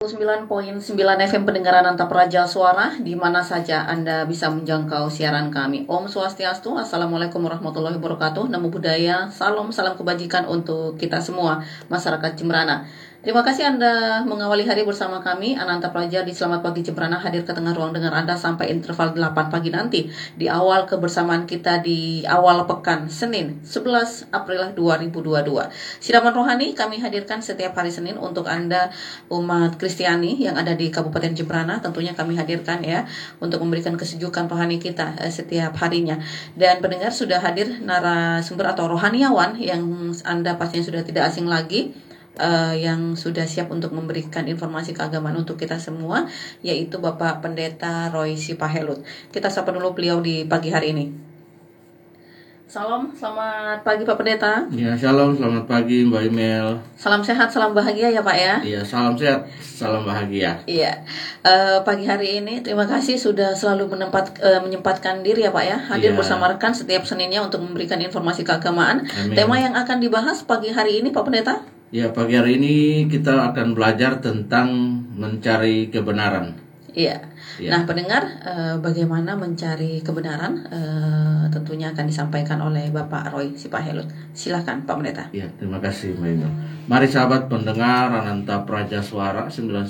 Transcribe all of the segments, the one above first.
9.9 FM pendengaran Antapraja Suara, di mana saja Anda bisa menjangkau siaran kami. Om Swastiastu, Assalamualaikum warahmatullahi wabarakatuh. Namo Buddhaya, salam kebajikan untuk kita semua, masyarakat Jembrana. Terima kasih Anda mengawali hari bersama kami. Ananta Praja di Selamat Pagi Jembrana hadir ke tengah ruang dengar Anda sampai interval 8 pagi nanti. Di awal kebersamaan kita di awal pekan Senin 11 April 2022. Siraman rohani kami hadirkan setiap hari Senin untuk Anda umat Kristiani yang ada di Kabupaten Jembrana. Tentunya kami hadirkan ya untuk memberikan kesejukan rohani kita setiap harinya. Dan pendengar sudah hadir narasumber atau rohaniawan yang Anda pastinya sudah tidak asing lagi, yang sudah siap untuk memberikan informasi keagamaan untuk kita semua, yaitu Bapak Pendeta Roy Sipahelut. Kita sapa dulu beliau di pagi hari ini. Salam, selamat pagi Pak Pendeta. Ya, shalom, selamat pagi Mbak Imel. Salam sehat, salam bahagia ya Pak ya. Iya, salam sehat, salam bahagia. Iya, pagi hari ini terima kasih sudah selalu menyempatkan diri ya Pak ya, hadir bersama rekan setiap Seninnya untuk memberikan informasi keagamaan. Amin. Tema yang akan dibahas pagi hari ini Pak Pendeta? Ya, pagi hari ini kita akan belajar tentang mencari kebenaran. Iya. Ya. Nah, pendengar, bagaimana mencari kebenaran tentunya akan disampaikan oleh Bapak Roy Sipahelut. Silakan Pak Pendeta. Ya, terima kasih Mbak Ino. Mari sahabat pendengar Ananta Praja Suara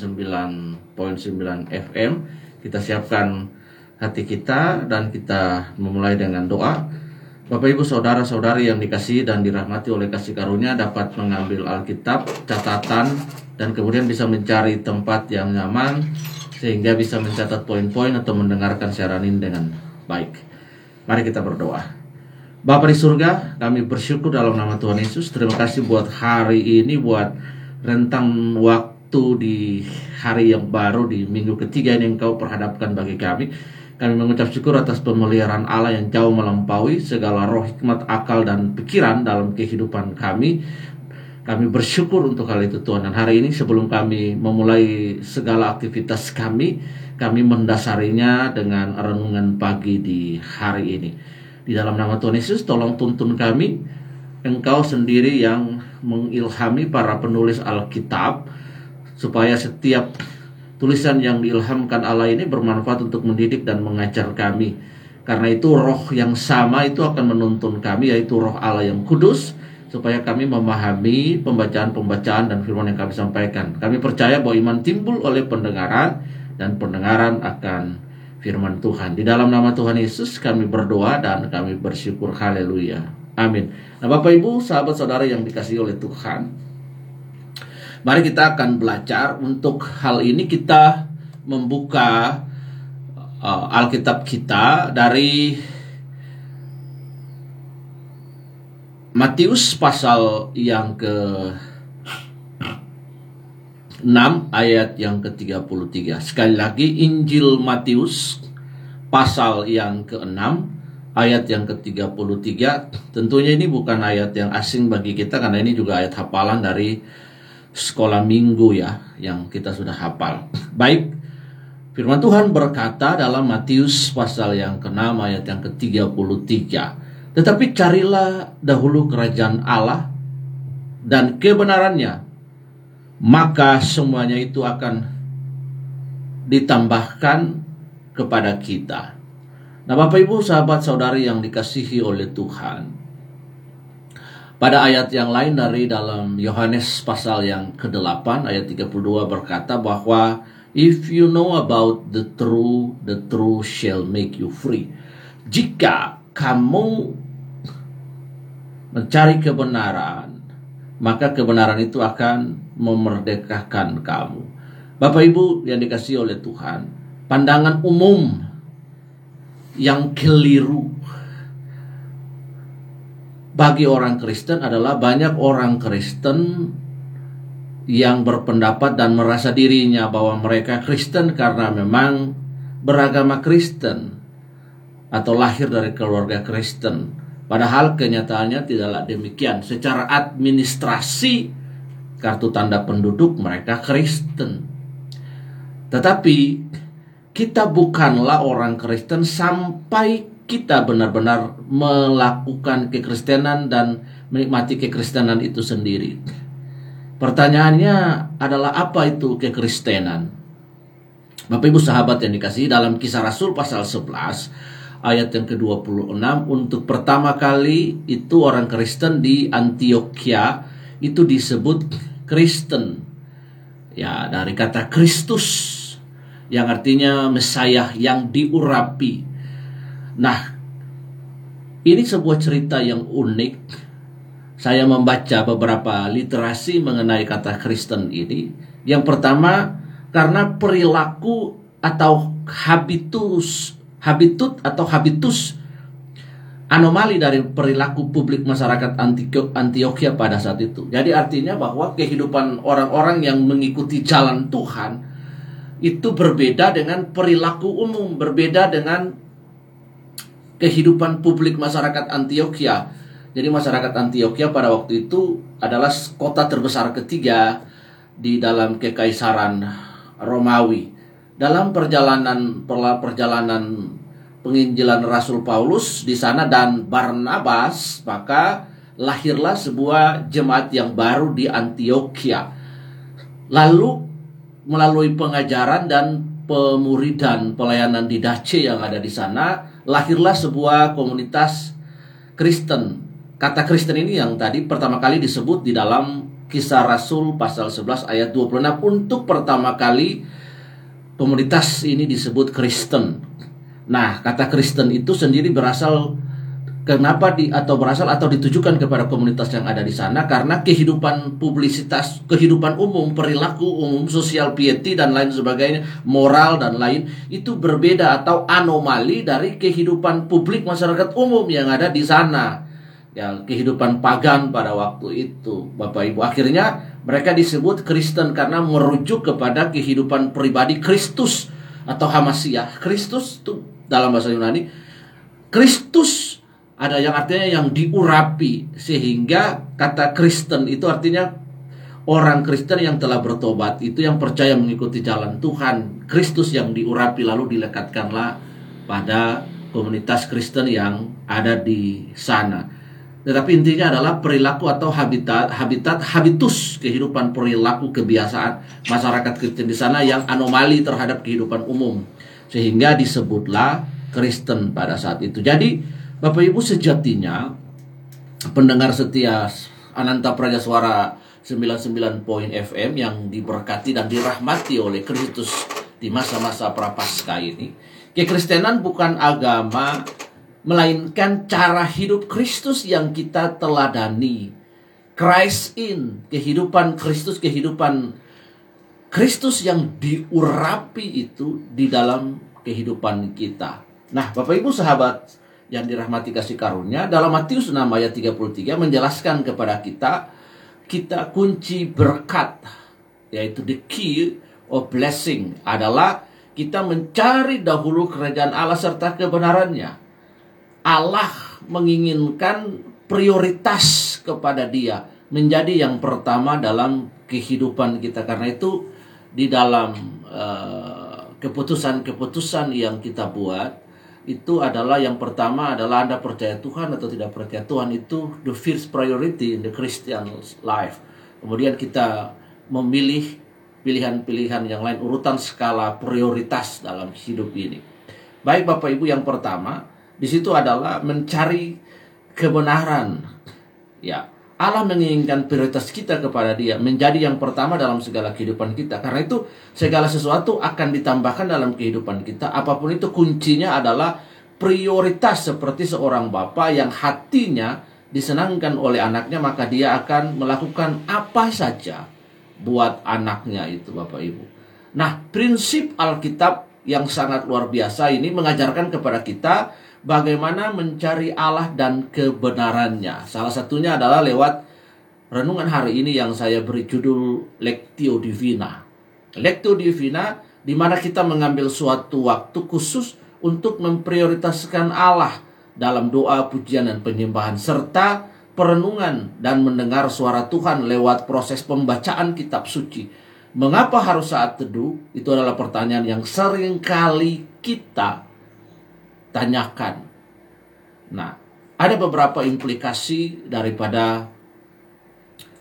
99.9 FM, kita siapkan hati kita dan kita memulai dengan doa. Bapak Ibu saudara-saudari yang dikasihi dan dirahmati oleh kasih karunia dapat mengambil Alkitab, catatan, dan kemudian bisa mencari tempat yang nyaman sehingga bisa mencatat poin-poin atau mendengarkan siaran ini dengan baik. Mari kita berdoa. Bapa di surga, kami bersyukur dalam nama Tuhan Yesus. Terima kasih buat hari ini, buat rentang waktu di hari yang baru, di minggu ketiga ini Engkau perhadapkan bagi kami. Kami mengucap syukur atas pemeliharaan Allah yang jauh melampaui segala roh, hikmat, akal, dan pikiran dalam kehidupan kami. Kami bersyukur untuk hal itu Tuhan. Dan hari ini sebelum kami memulai segala aktivitas kami mendasarinya dengan renungan pagi di hari ini. Di dalam nama Tuhan Yesus, tolong tuntun kami. Engkau sendiri yang mengilhami para penulis Alkitab, supaya setiap tulisan yang diilhamkan Allah ini bermanfaat untuk mendidik dan mengajar kami. Karena itu roh yang sama itu akan menuntun kami, yaitu roh Allah yang kudus, supaya kami memahami pembacaan-pembacaan dan firman yang kami sampaikan. Kami percaya bahwa iman timbul oleh pendengaran, dan pendengaran akan firman Tuhan. Di dalam nama Tuhan Yesus kami berdoa dan kami bersyukur. Haleluya. Amin. Nah, Bapak Ibu, sahabat saudara yang dikasihi oleh Tuhan, mari kita akan belajar. Untuk hal ini kita membuka Alkitab kita dari Matius pasal yang ke-6 ayat yang ke-33. Sekali lagi, Injil Matius pasal yang ke-6 ayat yang ke-33. Tentunya ini bukan ayat yang asing bagi kita, karena ini juga ayat hafalan dari sekolah minggu ya, yang kita sudah hafal. Baik, firman Tuhan berkata dalam Matius pasal yang ke-6 ayat yang ke-33. Tetapi carilah dahulu kerajaan Allah dan kebenarannya, maka semuanya itu akan ditambahkan kepada kita. Nah, Bapak Ibu sahabat saudari yang dikasihi oleh Tuhan, pada ayat yang lain dari dalam Yohanes pasal yang ke-8 ayat 32 berkata bahwa if you know about the truth shall make you free. Jika kamu mencari kebenaran, maka kebenaran itu akan memerdekakan kamu. Bapak Ibu yang dikasihi oleh Tuhan, pandangan umum yang keliru bagi orang Kristen adalah banyak orang Kristen yang berpendapat dan merasa dirinya bahwa mereka Kristen karena memang beragama Kristen atau lahir dari keluarga Kristen. Padahal kenyataannya tidaklah demikian. Secara administrasi kartu tanda penduduk mereka Kristen. Tetapi kita bukanlah orang Kristen sampai kita benar-benar melakukan kekristenan dan menikmati kekristenan itu sendiri. Pertanyaannya adalah apa itu kekristenan? Bapak Ibu sahabat yang dikasihi, dalam Kisah Rasul pasal 11 ayat yang ke-26, untuk pertama kali itu orang Kristen di Antioquia itu disebut Kristen. Ya, dari kata Kristus yang artinya Mesias yang diurapi. Nah, ini sebuah cerita yang unik. Saya membaca beberapa literasi mengenai kata Kristen ini. Yang pertama, karena perilaku atau habitus anomali dari perilaku publik masyarakat Antioquia pada saat itu. Jadi artinya bahwa kehidupan orang-orang yang mengikuti jalan Tuhan itu berbeda dengan perilaku umum, berbeda dengan kehidupan publik masyarakat Antioquia. Jadi masyarakat Antioquia pada waktu itu adalah kota terbesar ketiga di dalam kekaisaran Romawi. Dalam perjalanan penginjilan Rasul Paulus di sana dan Barnabas, maka lahirlah sebuah jemaat yang baru di Antioquia. Lalu melalui pengajaran dan pemuridan, pelayanan di Dace yang ada di sana, lahirlah sebuah komunitas Kristen. Kata Kristen ini yang tadi pertama kali disebut di dalam Kisah Rasul pasal 11 ayat 26. Untuk pertama kali komunitas ini disebut Kristen. Nah, kata Kristen itu sendiri berasal atau ditujukan kepada komunitas yang ada di sana karena kehidupan publisitas, kehidupan umum, perilaku umum, sosial piety dan lain sebagainya, moral dan lain itu berbeda atau anomali dari kehidupan publik masyarakat umum yang ada di sana. Ya, kehidupan pagan pada waktu itu, Bapak Ibu. Akhirnya mereka disebut Kristen karena merujuk kepada kehidupan pribadi Kristus atau Hamasiah. Kristus itu dalam bahasa Yunani, Kristus ada yang artinya yang diurapi, sehingga kata Kristen itu artinya orang Kristen yang telah bertobat, itu yang percaya mengikuti jalan Tuhan. Kristus yang diurapi lalu dilekatkanlah pada komunitas Kristen yang ada di sana. Tetapi intinya adalah perilaku atau habitus kehidupan, perilaku, kebiasaan masyarakat Kristen di sana yang anomali terhadap kehidupan umum, sehingga disebutlah Kristen pada saat itu. Jadi Bapak Ibu, sejatinya pendengar setia Ananta Praja Suara 99 FM yang diberkati dan dirahmati oleh Kristus di masa-masa Prapaskah ini, kekristenan bukan agama, melainkan cara hidup Kristus yang kita teladani. Christ in, kehidupan Kristus, kehidupan Kristus yang diurapi itu di dalam kehidupan kita. Nah, Bapak Ibu sahabat yang dirahmati kasih karunia, dalam Matius 6 ayat 33 menjelaskan kepada kita kunci berkat, yaitu the key of blessing adalah kita mencari dahulu kerajaan Allah serta kebenarannya. Allah menginginkan prioritas kepada Dia menjadi yang pertama dalam kehidupan kita. Karena itu di dalam keputusan-keputusan yang kita buat, itu adalah yang pertama adalah Anda percaya Tuhan atau tidak percaya Tuhan, itu the first priority in the Christian life. Kemudian kita memilih pilihan-pilihan yang lain, urutan skala prioritas dalam hidup ini. Baik Bapak Ibu, yang pertama di situ adalah mencari kebenaran. Ya, Allah menginginkan prioritas kita kepada Dia menjadi yang pertama dalam segala kehidupan kita. Karena itu segala sesuatu akan ditambahkan dalam kehidupan kita. Apapun itu, kuncinya adalah prioritas. Seperti seorang bapa yang hatinya disenangkan oleh anaknya, maka dia akan melakukan apa saja buat anaknya itu, Bapak Ibu. Nah, prinsip Alkitab yang sangat luar biasa ini mengajarkan kepada kita bagaimana mencari Allah dan kebenarannya. Salah satunya adalah lewat renungan hari ini yang saya beri judul Lectio Divina. Lectio Divina, di mana kita mengambil suatu waktu khusus untuk memprioritaskan Allah dalam doa, pujian, dan penyembahan, serta perenungan dan mendengar suara Tuhan lewat proses pembacaan kitab suci. Mengapa harus saat teduh? Itu adalah pertanyaan yang sering kali kita tanyakan. Nah, ada beberapa implikasi daripada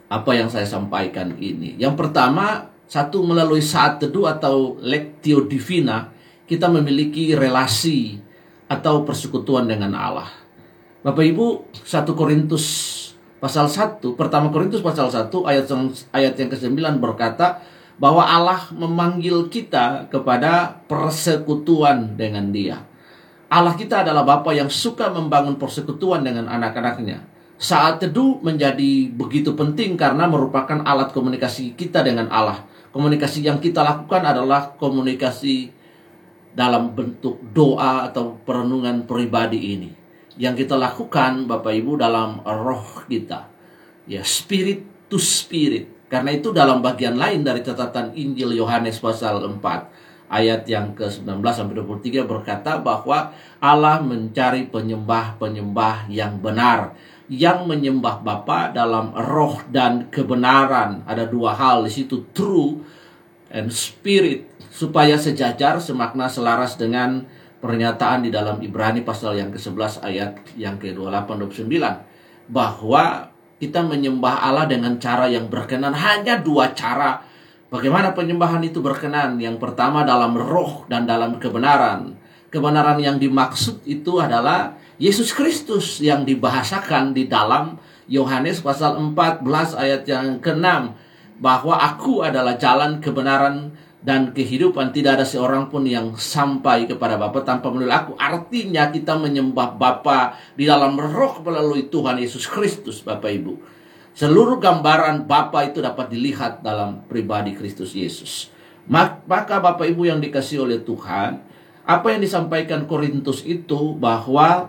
apa yang saya sampaikan ini. Yang pertama, satu, melalui saat teduh atau lectio divina, kita memiliki relasi atau persekutuan dengan Allah. Bapak Ibu, 1 Korintus pasal 1, pertama Korintus pasal 1 ayat yang ke-9 berkata bahwa Allah memanggil kita kepada persekutuan dengan Dia. Allah kita adalah Bapa yang suka membangun persekutuan dengan anak-anaknya. Saat teduh menjadi begitu penting karena merupakan alat komunikasi kita dengan Allah. Komunikasi yang kita lakukan adalah komunikasi dalam bentuk doa atau perenungan pribadi ini. Yang kita lakukan, Bapak Ibu, dalam roh kita. Ya, spirit to spirit. Karena itu dalam bagian lain dari catatan Injil Yohanes pasal 4 ayat yang ke-19 sampai 23 berkata bahwa Allah mencari penyembah-penyembah yang benar, yang menyembah Bapa dalam roh dan kebenaran. Ada dua hal di situ, true and spirit, supaya sejajar, semakna, selaras dengan pernyataan di dalam Ibrani pasal yang ke-11 ayat yang ke-28-29 bahwa kita menyembah Allah dengan cara yang berkenan. Hanya dua cara bagaimana penyembahan itu berkenan. Yang pertama dalam roh dan dalam kebenaran. Kebenaran yang dimaksud itu adalah Yesus Kristus yang dibahasakan di dalam Yohanes pasal 14 ayat yang ke-6. Bahwa aku adalah jalan, kebenaran, dan kehidupan. Tidak ada seorang pun yang sampai kepada Bapa tanpa melalui aku. Artinya kita menyembah Bapa di dalam roh melalui Tuhan Yesus Kristus, Bapak Ibu. Seluruh gambaran Bapa itu dapat dilihat dalam pribadi Kristus Yesus. Maka Bapak Ibu yang dikasihi oleh Tuhan, apa yang disampaikan Korintus itu bahwa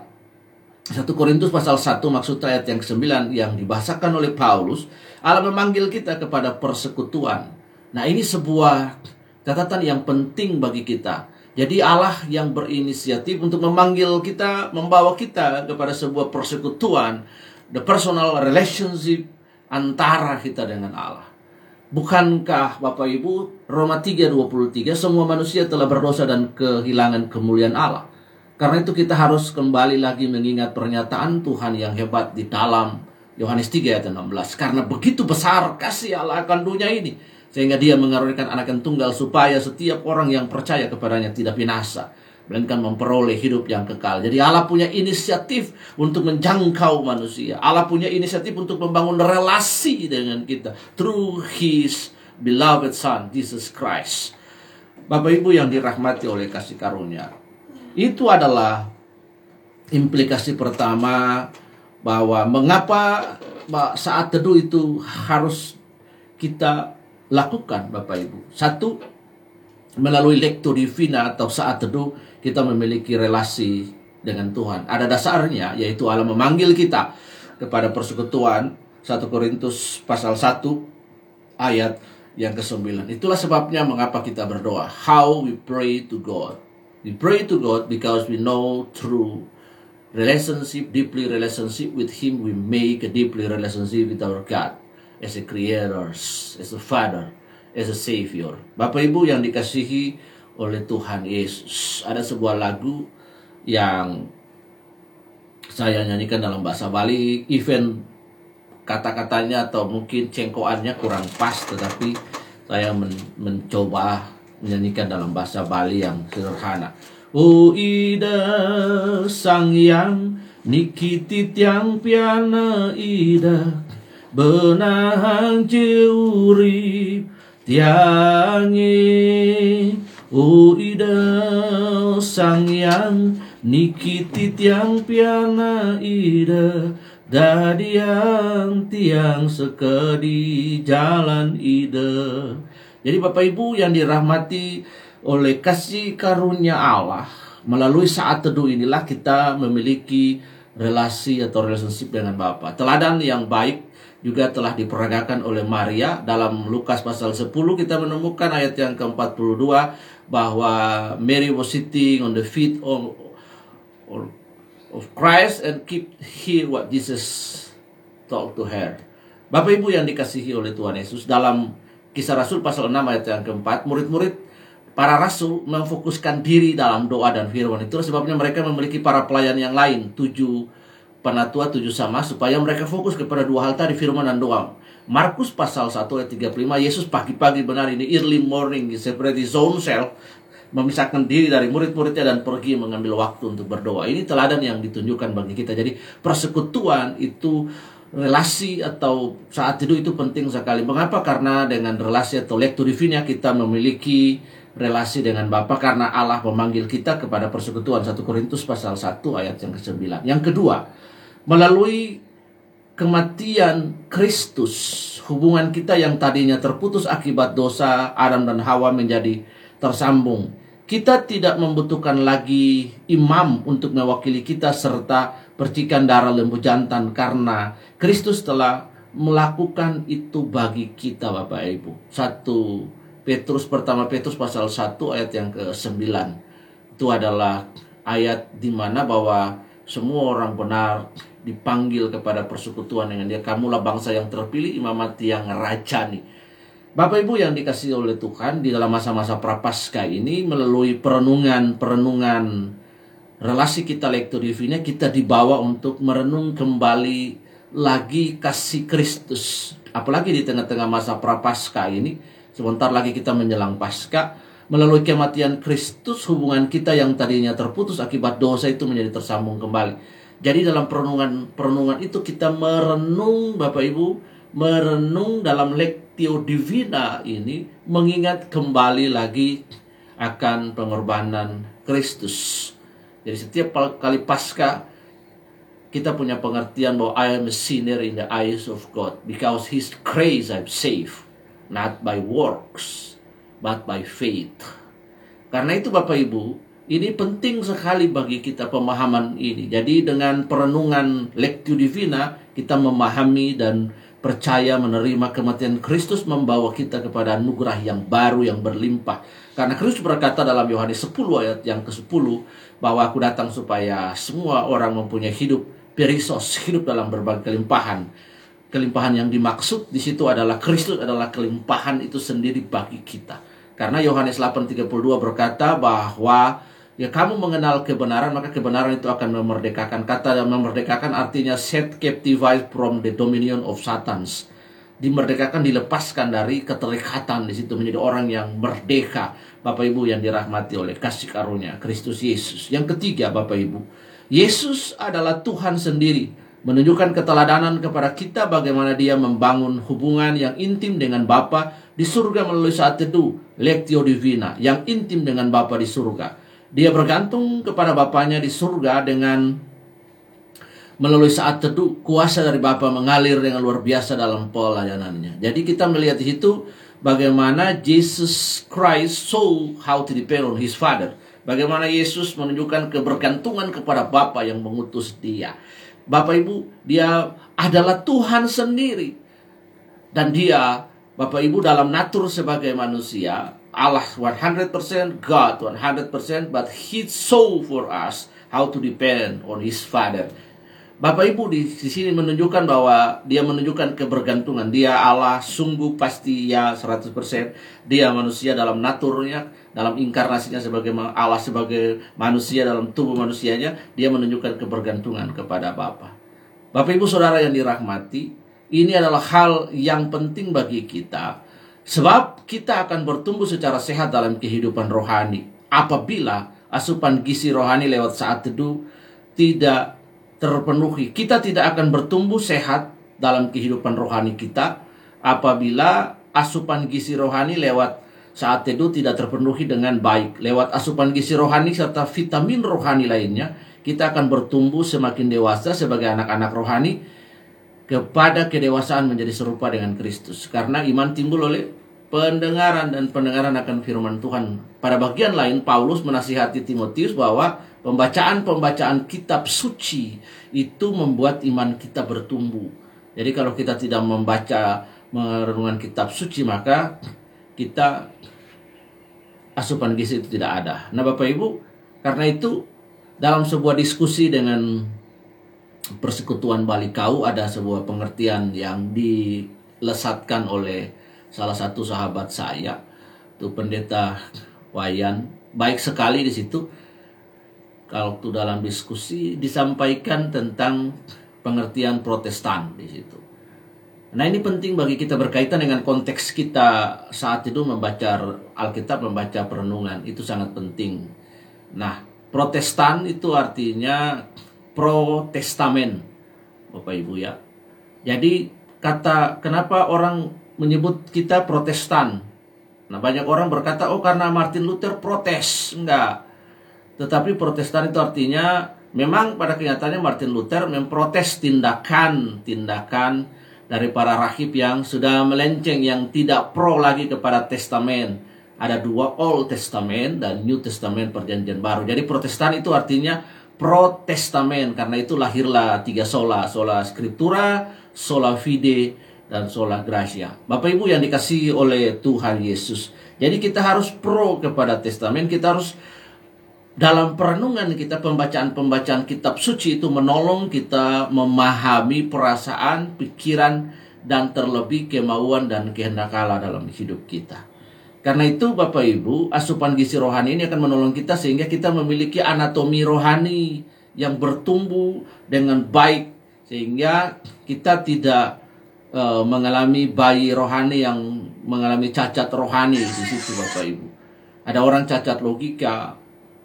1 Korintus pasal 1 maksud ayat yang ke-9 yang dibahasakan oleh Paulus, Allah memanggil kita kepada persekutuan. Nah, ini sebuah catatan yang penting bagi kita. Jadi Allah yang berinisiatif untuk memanggil kita, membawa kita kepada sebuah persekutuan, the personal relationship antara kita dengan Allah. Bukankah Bapak Ibu, Roma 3:23, semua manusia telah berdosa dan kehilangan kemuliaan Allah. Karena itu kita harus kembali lagi mengingat pernyataan Tuhan yang hebat di dalam Yohanes 3 ayat 16. Karena begitu besar kasih Allah akan dunia ini, sehingga Dia mengaruniakan anak yang tunggal supaya setiap orang yang percaya kepadanya tidak binasa, melainkan memperoleh hidup yang kekal. Jadi Allah punya inisiatif untuk menjangkau manusia. Allah punya inisiatif untuk membangun relasi dengan kita through His beloved Son, Jesus Christ. Bapak Ibu yang dirahmati oleh kasih karunia, itu adalah implikasi pertama bahwa mengapa saat teduh itu harus kita lakukan, Bapak Ibu. Satu, melalui lectio divina atau saat teduh kita memiliki relasi dengan Tuhan. Ada dasarnya, yaitu Allah memanggil kita kepada persekutuan. 1 Korintus pasal 1 ayat yang ke-9. Itulah sebabnya mengapa kita berdoa. How we pray to God. We pray to God because we know through relationship, deeply relationship with Him, we make a deeply relationship with our God as a creator, as a father, as a savior. Bapak Ibu yang dikasihi oleh Tuhan Yesus, ada sebuah lagu yang saya nyanyikan dalam bahasa Bali. Even kata-katanya atau mungkin cengkoannya kurang pas, tetapi saya mencoba menyanyikan dalam bahasa Bali yang sederhana. O ida sang yang nikiti tiang piana ida benang jeuri tiangi. O ida sang yang nikiti tiang piana ida dadiang tiang sekedi jalan ida. Jadi Bapak Ibu yang dirahmati oleh kasih karunia Allah, melalui saat teduh inilah kita memiliki relasi atau relationship dengan Bapa. Teladan yang baik juga telah diperagakan oleh Maria. Dalam Lukas pasal 10 kita menemukan ayat yang ke-42 bahwa Mary was sitting on the feet of Christ and keep hear what Jesus talk to her. Bapak Ibu yang dikasihi oleh Tuhan Yesus, dalam Kisah Rasul pasal 6 ayat yang ke-4, murid-murid para rasul memfokuskan diri dalam doa dan firman. Itulah sebabnya mereka memiliki para pelayan yang lain, 7 penatua, 7 sama, supaya mereka fokus kepada dua hal tadi, firman dan doa. Markus pasal 1 ayat 35, Yesus pagi-pagi benar ini early morning, seperti zone self, memisahkan diri dari murid-muridnya dan pergi mengambil waktu untuk berdoa. Ini teladan yang ditunjukkan bagi kita. Jadi persekutuan itu, relasi atau saat teduh itu penting sekali. Mengapa? Karena dengan relasi atau lectio divina kita memiliki relasi dengan Bapa, karena Allah memanggil kita kepada persekutuan. 1 Korintus pasal 1 ayat yang ke-9. Yang kedua, melalui kematian Kristus, hubungan kita yang tadinya terputus akibat dosa Adam dan Hawa menjadi tersambung. Kita tidak membutuhkan lagi imam untuk mewakili kita serta percikan darah lembu jantan, karena Kristus telah melakukan itu bagi kita, Bapak Ibu. 1 Petrus pasal 1 ayat yang ke-9. Itu adalah ayat di mana bahwa semua orang benar dipanggil kepada persekutuan dengan Dia. Kamulah bangsa yang terpilih, imamat yang rajani. Bapak Ibu yang dikasihi oleh Tuhan, di dalam masa-masa Prapaskah ini, melalui perenungan relasi kita lectio divina, kita dibawa untuk merenung kembali lagi kasih Kristus. Apalagi di tengah-tengah masa Prapaskah ini, sebentar lagi kita menjelang Paskah, melalui kematian Kristus, hubungan kita yang tadinya terputus akibat dosa itu menjadi tersambung kembali. Jadi dalam perenungan itu kita merenung, Bapak Ibu, merenung dalam lectio divina ini, mengingat kembali lagi akan pengorbanan Kristus. Jadi setiap kali Paskah kita punya pengertian bahwa I am a sinner in the eyes of God, because His grace I've saved, not by works but by faith. Karena itu Bapak Ibu, ini penting sekali bagi kita pemahaman ini. Jadi dengan perenungan lectio divina, kita memahami dan percaya menerima kematian Kristus membawa kita kepada anugerah yang baru yang berlimpah. Karena Kristus berkata dalam Yohanes 10 ayat yang ke-10 bahwa aku datang supaya semua orang mempunyai hidup perisos, hidup dalam berbagai kelimpahan. Kelimpahan yang dimaksud di situ adalah Kristus adalah kelimpahan itu sendiri bagi kita. Karena Yohanes 8:32 berkata bahwa ya kamu mengenal kebenaran, maka kebenaran itu akan memerdekakan. Kata memerdekakan artinya set captive from the dominion of Satans. Dimerdekakan, dilepaskan dari keterikatan, di situ menjadi orang yang merdeka. Bapak Ibu yang dirahmati oleh kasih karunia Kristus Yesus. Yang ketiga Bapak Ibu, Yesus adalah Tuhan sendiri, menunjukkan keteladanan kepada kita bagaimana Dia membangun hubungan yang intim dengan Bapa di surga melalui saat teduh lectio divina, yang intim dengan Bapa di surga. Dia bergantung kepada Bapanya di surga dengan melalui saat teduh, kuasa dari Bapa mengalir dengan luar biasa dalam pelayanannya. Jadi kita melihat di situ bagaimana Jesus Christ saw how to depend on His Father. Bagaimana Yesus menunjukkan kebergantungan kepada Bapa yang mengutus Dia. Bapak Ibu, Dia adalah Tuhan sendiri. Dan Dia, Bapak Ibu, dalam natur sebagai manusia, Allah 100%, God 100%, but He saw for us how to depend on His Father. Bapak Ibu di sini menunjukkan bahwa Dia menunjukkan kebergantungan. Dia Allah sungguh pasti ya 100%. Dia manusia dalam naturnya, dalam inkarnasinya sebagai Allah, sebagai manusia dalam tubuh manusianya. Dia menunjukkan kebergantungan kepada Bapa. Bapak Ibu Saudara yang dirahmati, ini adalah hal yang penting bagi kita. Sebab kita akan bertumbuh secara sehat dalam kehidupan rohani apabila asupan gizi rohani lewat saat teduh tidak terpenuhi. Kita tidak akan bertumbuh sehat dalam kehidupan rohani kita apabila asupan gizi rohani lewat saat teduh tidak terpenuhi dengan baik. Lewat asupan gizi rohani serta vitamin rohani lainnya, kita akan bertumbuh semakin dewasa sebagai anak-anak rohani kepada kedewasaan menjadi serupa dengan Kristus. Karena iman timbul oleh pendengaran, dan pendengaran akan firman Tuhan. Pada bagian lain, Paulus menasihati Timotius bahwa pembacaan kitab suci itu membuat iman kita bertumbuh. Jadi kalau kita tidak membaca merenungan kitab suci, maka kita asupan gizi itu tidak ada. Nah Bapak Ibu, karena itu dalam sebuah diskusi dengan persekutuan Balikau, ada sebuah pengertian yang dilesatkan oleh salah satu sahabat saya, itu Pendeta Wayan. Baik sekali di situ. Kalau waktu dalam diskusi disampaikan tentang pengertian Protestan di situ. Nah, ini penting bagi kita berkaitan dengan konteks kita saat itu membaca Alkitab, membaca perenungan. Itu sangat penting. Nah, Protestan itu artinya pro-testamen, Bapak Ibu ya. Jadi kenapa orang menyebut kita Protestan? Nah, banyak orang berkata, oh karena Martin Luther protes. Enggak. Tetapi Protestan itu artinya memang pada kenyataannya Martin Luther memprotes tindakan dari para rahib yang sudah melenceng, yang tidak pro lagi kepada testamen. Ada dua, Old Testament dan New Testament, perjanjian baru. Jadi Protestan itu artinya pro testamen. Karena itu lahirlah tiga sola scriptura, sola fide, dan sola gratia. Bapak Ibu yang dikasihi oleh Tuhan Yesus. Jadi kita harus pro kepada testamen. Kita harus dalam perenungan kita, pembacaan kitab suci itu menolong kita memahami perasaan, pikiran, dan terlebih kemauan dan kehendak Allah dalam hidup kita. Karena itu Bapak Ibu, asupan gizi rohani ini akan menolong kita sehingga kita memiliki anatomi rohani yang bertumbuh dengan baik. Sehingga kita tidak mengalami bayi rohani yang mengalami cacat rohani di situ Bapak Ibu. Ada orang cacat logika,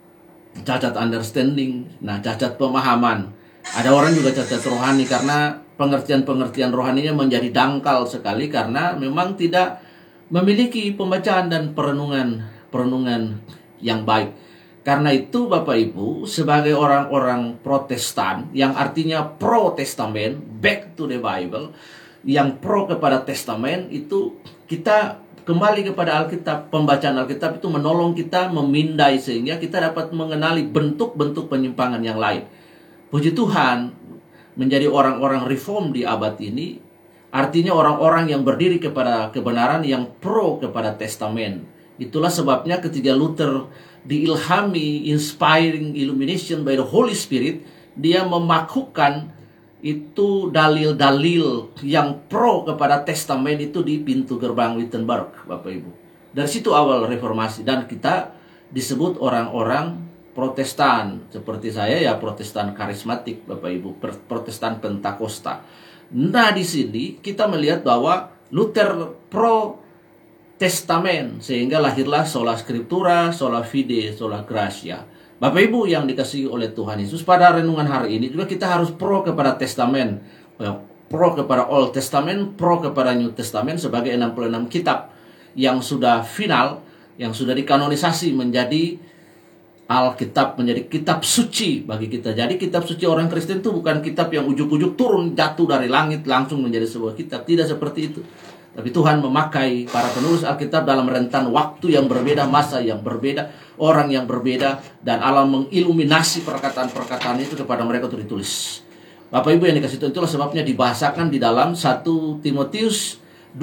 cacat understanding, cacat pemahaman. Ada orang juga cacat rohani karena pengertian-pengertian rohaninya menjadi dangkal sekali karena memang tidak memiliki pembacaan dan perenungan yang baik. Karena itu Bapak Ibu, sebagai orang-orang Protestan yang artinya pro testamen, back to the Bible, yang pro kepada testamen, itu kita kembali kepada Alkitab. Pembacaan Alkitab itu menolong kita memindai sehingga kita dapat mengenali bentuk-bentuk penyimpangan yang lain. Puji Tuhan, menjadi orang-orang reform di abad ini artinya orang-orang yang berdiri kepada kebenaran, yang pro kepada testamen. Itulah sebabnya ketika Luther diilhami, inspiring illumination by the Holy Spirit, dia memakukan itu dalil-dalil yang pro kepada testamen itu di pintu gerbang Wittenberg, Bapak Ibu. Dari situ awal reformasi, dan kita disebut orang-orang Protestan. Seperti saya ya Protestan karismatik, Bapak Ibu, Protestan Pentakosta. Nah, di sini kita melihat bahwa Luther pro testamen sehingga lahirlah sola scriptura, sola fide, sola gratia. Bapak Ibu yang dikasihi oleh Tuhan Yesus, pada renungan hari ini juga kita harus pro kepada testamen, pro kepada Old Testament, pro kepada New Testament sebagai 66 kitab yang sudah final, yang sudah dikanonisasi menjadi Alkitab, menjadi kitab suci bagi kita. Jadi kitab suci orang Kristen itu bukan kitab yang ujuk-ujuk turun jatuh dari langit langsung menjadi sebuah kitab, tidak seperti itu. Tapi Tuhan memakai para penulis Alkitab dalam rentan waktu yang berbeda, masa yang berbeda, orang yang berbeda, dan Allah mengiluminasi perkataan-perkataan itu kepada mereka untuk ditulis. Bapak Ibu yang dikasih Tuhan, itulah sebabnya dibahasakan di dalam 1 Timotius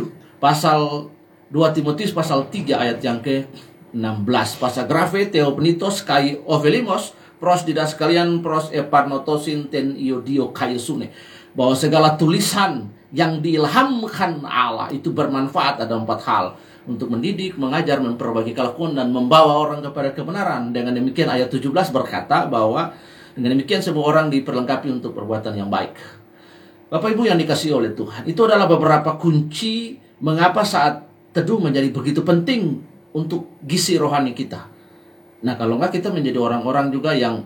pasal 2 Timotius pasal 3 ayat yang ke-16. Pasagrafe theopnitos kai ovelimos pros didaskalian pros eparnotosin ten iodio kaiusune. Bahwa segala tulisan yang diilhamkan Allah itu bermanfaat. Ada 4 hal: untuk mendidik, mengajar, memperbaiki kelakuan, dan membawa orang kepada kebenaran. Dengan demikian ayat 17 berkata bahwa dengan demikian semua orang diperlengkapi untuk perbuatan yang baik. Bapak Ibu yang dikasihi oleh Tuhan, itu adalah beberapa kunci mengapa saat teduh menjadi begitu penting untuk gizi rohani kita. Nah, kalau enggak kita menjadi orang-orang juga yang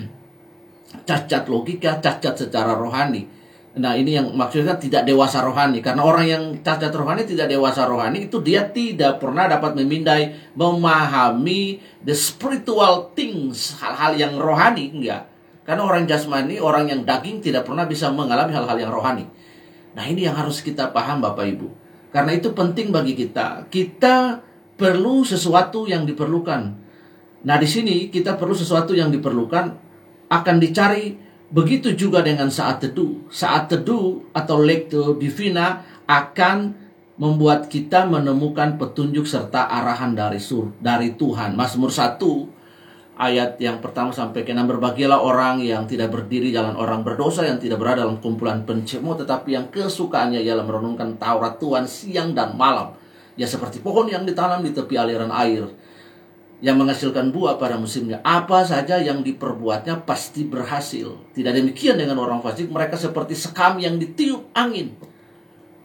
cacat logika, cacat secara rohani. Nah, ini yang maksudnya tidak dewasa rohani. Karena orang yang cacat rohani, tidak dewasa rohani, itu dia tidak pernah dapat memindai, memahami the spiritual things, hal-hal yang rohani, enggak. Karena orang jasmani, orang yang daging tidak pernah bisa mengalami hal-hal yang rohani. Nah, ini yang harus kita paham Bapak Ibu. Karena itu penting bagi kita. Kita perlu sesuatu yang diperlukan. Nah, di sini kita perlu sesuatu yang diperlukan, akan dicari. Begitu juga dengan saat teduh. Saat teduh atau lectio divina akan membuat kita menemukan petunjuk serta arahan dari Tuhan. Mazmur 1 ayat yang pertama sampai ke-6, berbahagialah orang yang tidak berdiri jalan orang berdosa, yang tidak berada dalam kumpulan pencemooh, tetapi yang kesukaannya ialah merenungkan Taurat Tuhan siang dan malam. Ya, seperti pohon yang ditanam di tepi aliran air, yang menghasilkan buah pada musimnya. Apa saja yang diperbuatnya pasti berhasil. Tidak demikian dengan orang fasik, mereka seperti sekam yang ditiup angin.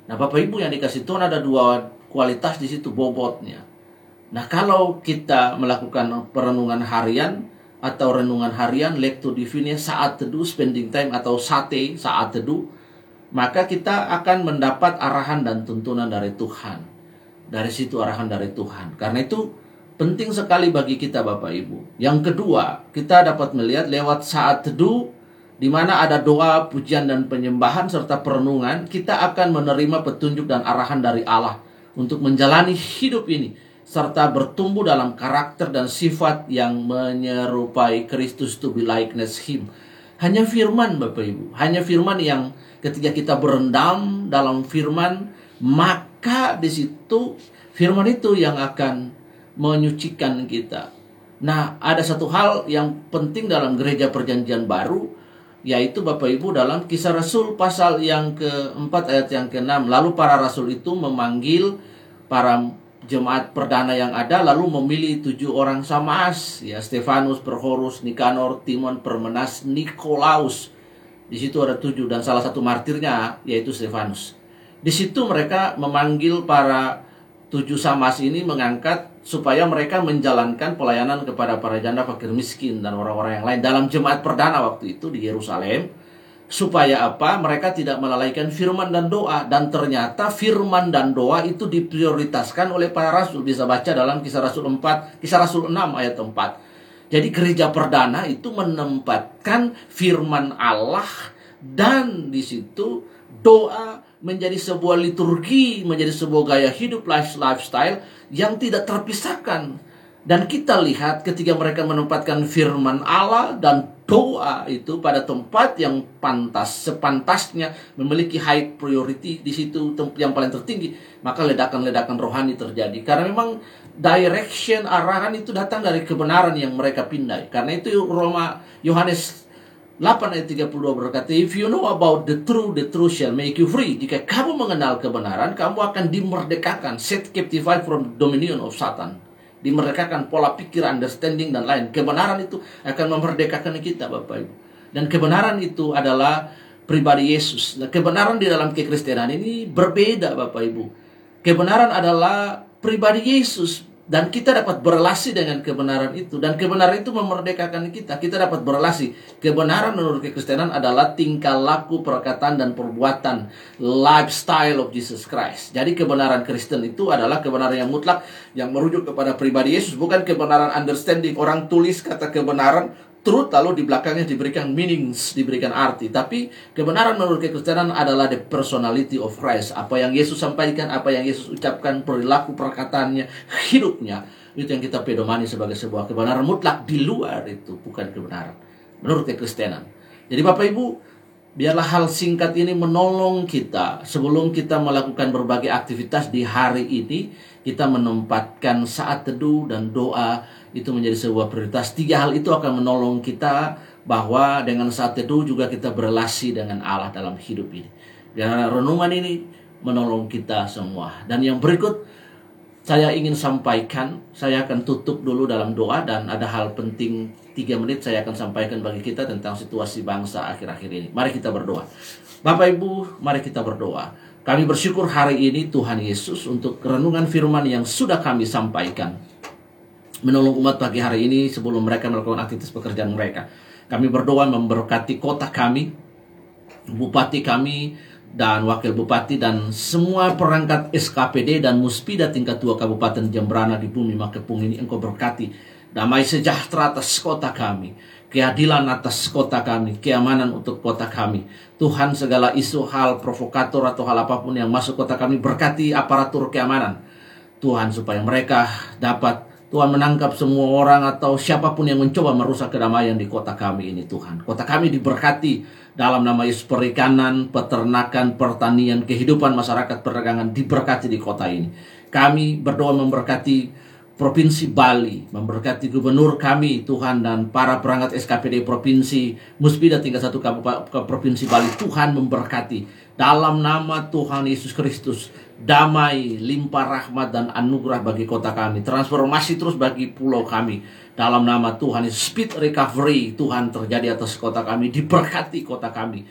Nah, Bapak Ibu yang dikasih Tuhan, ada dua kualitas di situ, bobotnya. Nah, kalau kita melakukan perenungan harian atau renungan harian, lectio divina, saat teduh, spending time atau sate, saat teduh, maka kita akan mendapat arahan dan tuntunan dari Tuhan. Dari situ arahan dari Tuhan. Karena itu penting sekali bagi kita, Bapak Ibu. Yang kedua, kita dapat melihat lewat saat teduh, di mana ada doa, pujian, dan penyembahan serta perenungan, kita akan menerima petunjuk dan arahan dari Allah untuk menjalani hidup ini, serta bertumbuh dalam karakter dan sifat yang menyerupai Kristus, to be likeness Him. Hanya firman, Bapak Ibu, hanya firman yang ketika kita berendam dalam firman, maka di situ firman itu yang akan menyucikan kita. Nah, ada satu hal yang penting dalam gereja perjanjian baru, yaitu Bapak Ibu dalam Kisah Rasul pasal yang ke-4 ayat yang ke-6. Lalu para rasul itu memanggil para jemaat perdana yang ada, lalu memilih 7 orang Samas, ya, Stefanus, Prochorus, Nikanor, Timon, Parmenas, Nikolaus. Di situ ada 7 dan salah satu martirnya yaitu Stefanus. Di situ mereka memanggil para 7 Samas ini, mengangkat supaya mereka menjalankan pelayanan kepada para janda, fakir miskin, dan orang-orang yang lain dalam jemaat perdana waktu itu di Yerusalem. Supaya apa? Mereka tidak melalaikan firman dan doa. Dan ternyata firman dan doa itu diprioritaskan oleh para rasul. Bisa baca dalam Kisah Rasul 4, Kisah Rasul 6 ayat 4. Jadi gereja perdana itu menempatkan firman Allah, dan di situ doa menjadi sebuah liturgi, menjadi sebuah gaya hidup, lifestyle yang tidak terpisahkan. Dan kita lihat ketika mereka menempatkan firman Allah dan doa itu pada tempat yang sepantasnya, memiliki high priority di situ, yang paling tertinggi, maka ledakan-ledakan rohani terjadi. Karena memang direction, arahan itu datang dari kebenaran yang mereka pindai. Karena itu Yohanes 8 ayat 32 berkata, if you know about the truth shall make you free. Jika kamu mengenal kebenaran, kamu akan dimerdekakan, set captified from the dominion of Satan. Dimerdekakan pola pikir, understanding, dan lain. Kebenaran itu akan memerdekakan kita, Bapak Ibu. Dan kebenaran itu adalah pribadi Yesus. Nah, kebenaran di dalam kekristenan ini berbeda, Bapak Ibu. Kebenaran adalah pribadi Yesus. Dan kita dapat berelasi dengan kebenaran itu. Dan kebenaran itu memerdekakan kita. Kita dapat berelasi. Kebenaran menurut kekristenan adalah tingkah laku, perkataan, dan perbuatan. Lifestyle of Jesus Christ. Jadi kebenaran Kristen itu adalah kebenaran yang mutlak, yang merujuk kepada pribadi Yesus. Bukan kebenaran understanding. Orang tulis kata kebenaran, truth, lalu di belakangnya diberikan meanings, diberikan arti. Tapi kebenaran menurut kekristenan adalah the personality of Christ. Apa yang Yesus sampaikan, apa yang Yesus ucapkan, perilaku, perkataannya, hidupnya, itu yang kita pedomani sebagai sebuah kebenaran mutlak. Di luar itu bukan kebenaran menurut kekristenan. Jadi Bapak Ibu, biarlah hal singkat ini menolong kita sebelum kita melakukan berbagai aktivitas di hari ini. Kita menempatkan saat teduh dan doa itu menjadi sebuah prioritas. 3 hal itu akan menolong kita, bahwa dengan saat teduh juga kita berelasi dengan Allah dalam hidup ini. Dan renungan ini menolong kita semua. Dan yang berikut saya ingin sampaikan, saya akan tutup dulu dalam doa, dan ada hal penting 3 menit saya akan sampaikan bagi kita tentang situasi bangsa akhir-akhir ini. Mari kita berdoa. Bapak Ibu, mari kita berdoa. Kami bersyukur hari ini Tuhan Yesus untuk renungan firman yang sudah kami sampaikan. Menolong umat pagi hari ini sebelum mereka melakukan aktivitas pekerjaan mereka. Kami berdoa memberkati kota kami, bupati kami, dan wakil bupati, dan semua perangkat SKPD dan Muspida tingkat 2 Kabupaten Jembrana di bumi Makepung ini. Engkau berkati damai sejahtera atas kota kami, keadilan atas kota kami, keamanan untuk kota kami. Tuhan, segala isu, hal provokator atau hal apapun yang masuk kota kami, berkati aparatur keamanan Tuhan, supaya mereka dapat Tuhan menangkap semua orang atau siapapun yang mencoba merusak kedamaian di kota kami ini. Tuhan, kota kami diberkati dalam nama Yesus. Perikanan, peternakan, pertanian, kehidupan masyarakat, perdagangan diberkati di kota ini. Kami berdoa memberkati Provinsi Bali, memberkati gubernur kami Tuhan, dan para perangkat SKPD Provinsi Muspida tingkat 1 Kabupaten Provinsi Bali. Tuhan memberkati dalam nama Tuhan Yesus Kristus. Damai, limpah rahmat dan anugerah bagi kota kami. Transformasi terus bagi pulau kami. Dalam nama Tuhan Yesus, speed recovery Tuhan terjadi atas kota kami. Diberkati kota kami.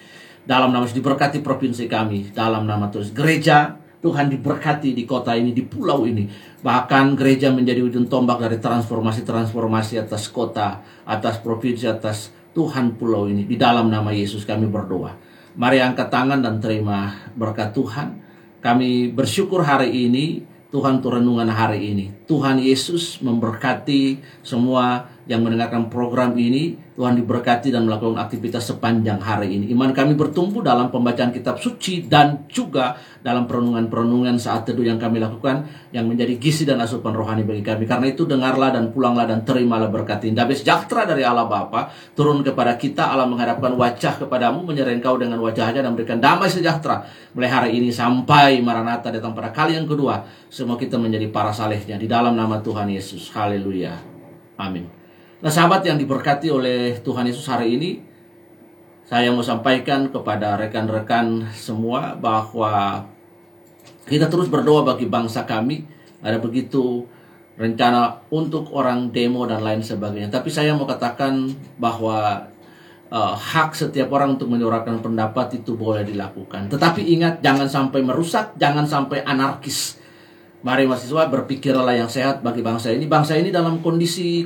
Dalam nama Yesus diberkati provinsi kami. Dalam nama Tuhan gereja Tuhan diberkati di kota ini, di pulau ini. Bahkan gereja menjadi ujung tombak dari transformasi atas kota, atas provinsi, atas Tuhan pulau ini. Di dalam nama Yesus kami berdoa. Mari angkat tangan dan terima berkat Tuhan. Kami bersyukur hari ini, Tuhan untuk renungan hari ini. Tuhan Yesus memberkati semua yang mendengarkan program ini. Tuhan diberkati dan melakukan aktivitas sepanjang hari ini. Iman kami bertumbuh dalam pembacaan kitab suci dan juga dalam perenungan-perenungan saat teduh yang kami lakukan, yang menjadi gizi dan asupan rohani bagi kami. Karena itu dengarlah dan pulanglah dan terimalah berkat ini. Damai sejahtera dari Allah Bapa turun kepada kita. Allah menghadapkan wajah kepadamu, menyertai engkau dengan wajahnya dan memberikan damai sejahtera mulai hari ini sampai Maranatha datang pada kali yang kedua. Semua kita menjadi para salehnya di dalam nama Tuhan Yesus. Haleluya. Amin. Nah, sahabat yang diberkati oleh Tuhan Yesus, hari ini saya mau sampaikan kepada rekan-rekan semua bahwa kita terus berdoa bagi bangsa kami. Ada begitu rencana untuk orang demo dan lain sebagainya. Tapi saya mau katakan bahwa hak setiap orang untuk menyuarakan pendapat itu boleh dilakukan. Tetapi ingat, jangan sampai merusak, jangan sampai anarkis. Mari mahasiswa berpikirlah yang sehat bagi bangsa ini. Bangsa ini dalam kondisi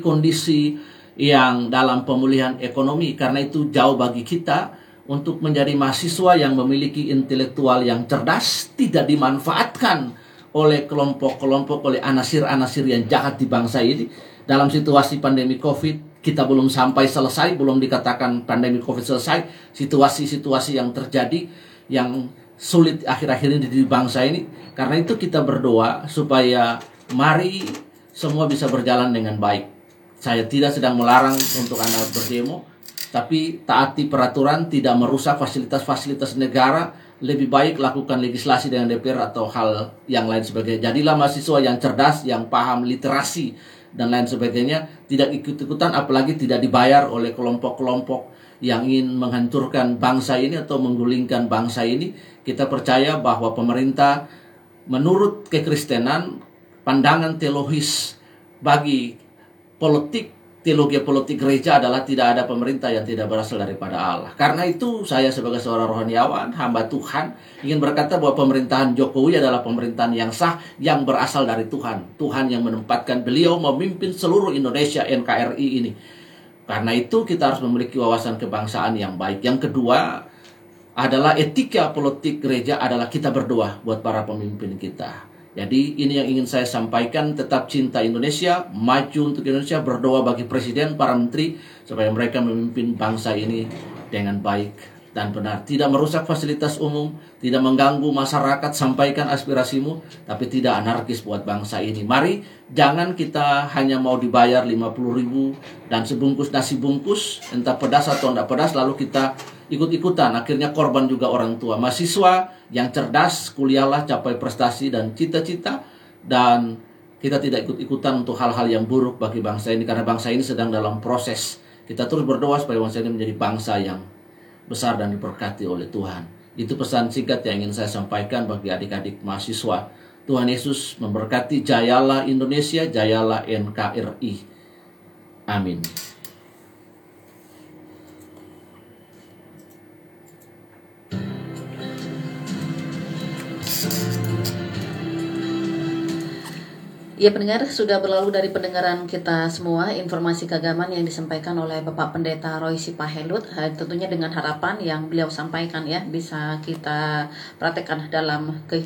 yang dalam pemulihan ekonomi. Karena itu jauh bagi kita untuk menjadi mahasiswa yang memiliki intelektual yang cerdas, tidak dimanfaatkan oleh kelompok-kelompok, oleh anasir-anasir yang jahat di bangsa ini. Dalam situasi pandemi COVID, kita belum sampai selesai, belum dikatakan pandemi COVID selesai. Situasi-situasi yang terjadi, yang sulit akhir-akhir ini di bangsa ini. Karena itu kita berdoa supaya mari semua bisa berjalan dengan baik. Saya tidak sedang melarang untuk Anda berdemo, tapi taati peraturan, tidak merusak fasilitas-fasilitas negara. Lebih baik lakukan legislasi dengan DPR atau hal yang lain sebagainya. Jadilah mahasiswa yang cerdas, yang paham literasi dan lain sebagainya. Tidak ikut-ikutan, apalagi tidak dibayar oleh kelompok-kelompok yang ingin menghancurkan bangsa ini atau menggulingkan bangsa ini. Kita percaya bahwa pemerintah menurut kekristenan, pandangan teologis bagi teologi politik gereja adalah tidak ada pemerintah yang tidak berasal daripada Allah. Karena itu saya sebagai seorang rohaniawan, hamba Tuhan, ingin berkata bahwa pemerintahan Jokowi adalah pemerintahan yang sah, yang berasal dari Tuhan. Tuhan yang menempatkan beliau memimpin seluruh Indonesia NKRI ini. Karena itu kita harus memiliki wawasan kebangsaan yang baik. Yang kedua adalah etika politik gereja adalah kita berdoa buat para pemimpin kita. Jadi ini yang ingin saya sampaikan, tetap cinta Indonesia, maju untuk Indonesia, berdoa bagi presiden, para menteri, supaya mereka memimpin bangsa ini dengan baik dan benar. Tidak merusak fasilitas umum, tidak mengganggu masyarakat, sampaikan aspirasimu, tapi tidak anarkis buat bangsa ini. Mari, jangan kita hanya mau dibayar 50.000 dan sebungkus nasi bungkus, entah pedas atau tidak pedas, lalu kita ikut-ikutan. Akhirnya korban juga orang tua. Mahasiswa yang cerdas, kuliahlah, capai prestasi dan cita-cita, dan kita tidak ikut-ikutan untuk hal-hal yang buruk bagi bangsa ini, karena bangsa ini sedang dalam proses. Kita terus berdoa supaya bangsa ini menjadi bangsa yang besar dan diberkati oleh Tuhan. Itu pesan singkat yang ingin saya sampaikan bagi adik-adik mahasiswa. Tuhan Yesus memberkati. Jayalah Indonesia, jayalah NKRI. Amin. Ya pendengar, sudah berlalu dari pendengaran kita semua informasi keagamaan yang disampaikan oleh Bapak Pendeta Roy Sipahelut, tentunya dengan harapan yang beliau sampaikan ya bisa kita praktekkan dalam kehidupan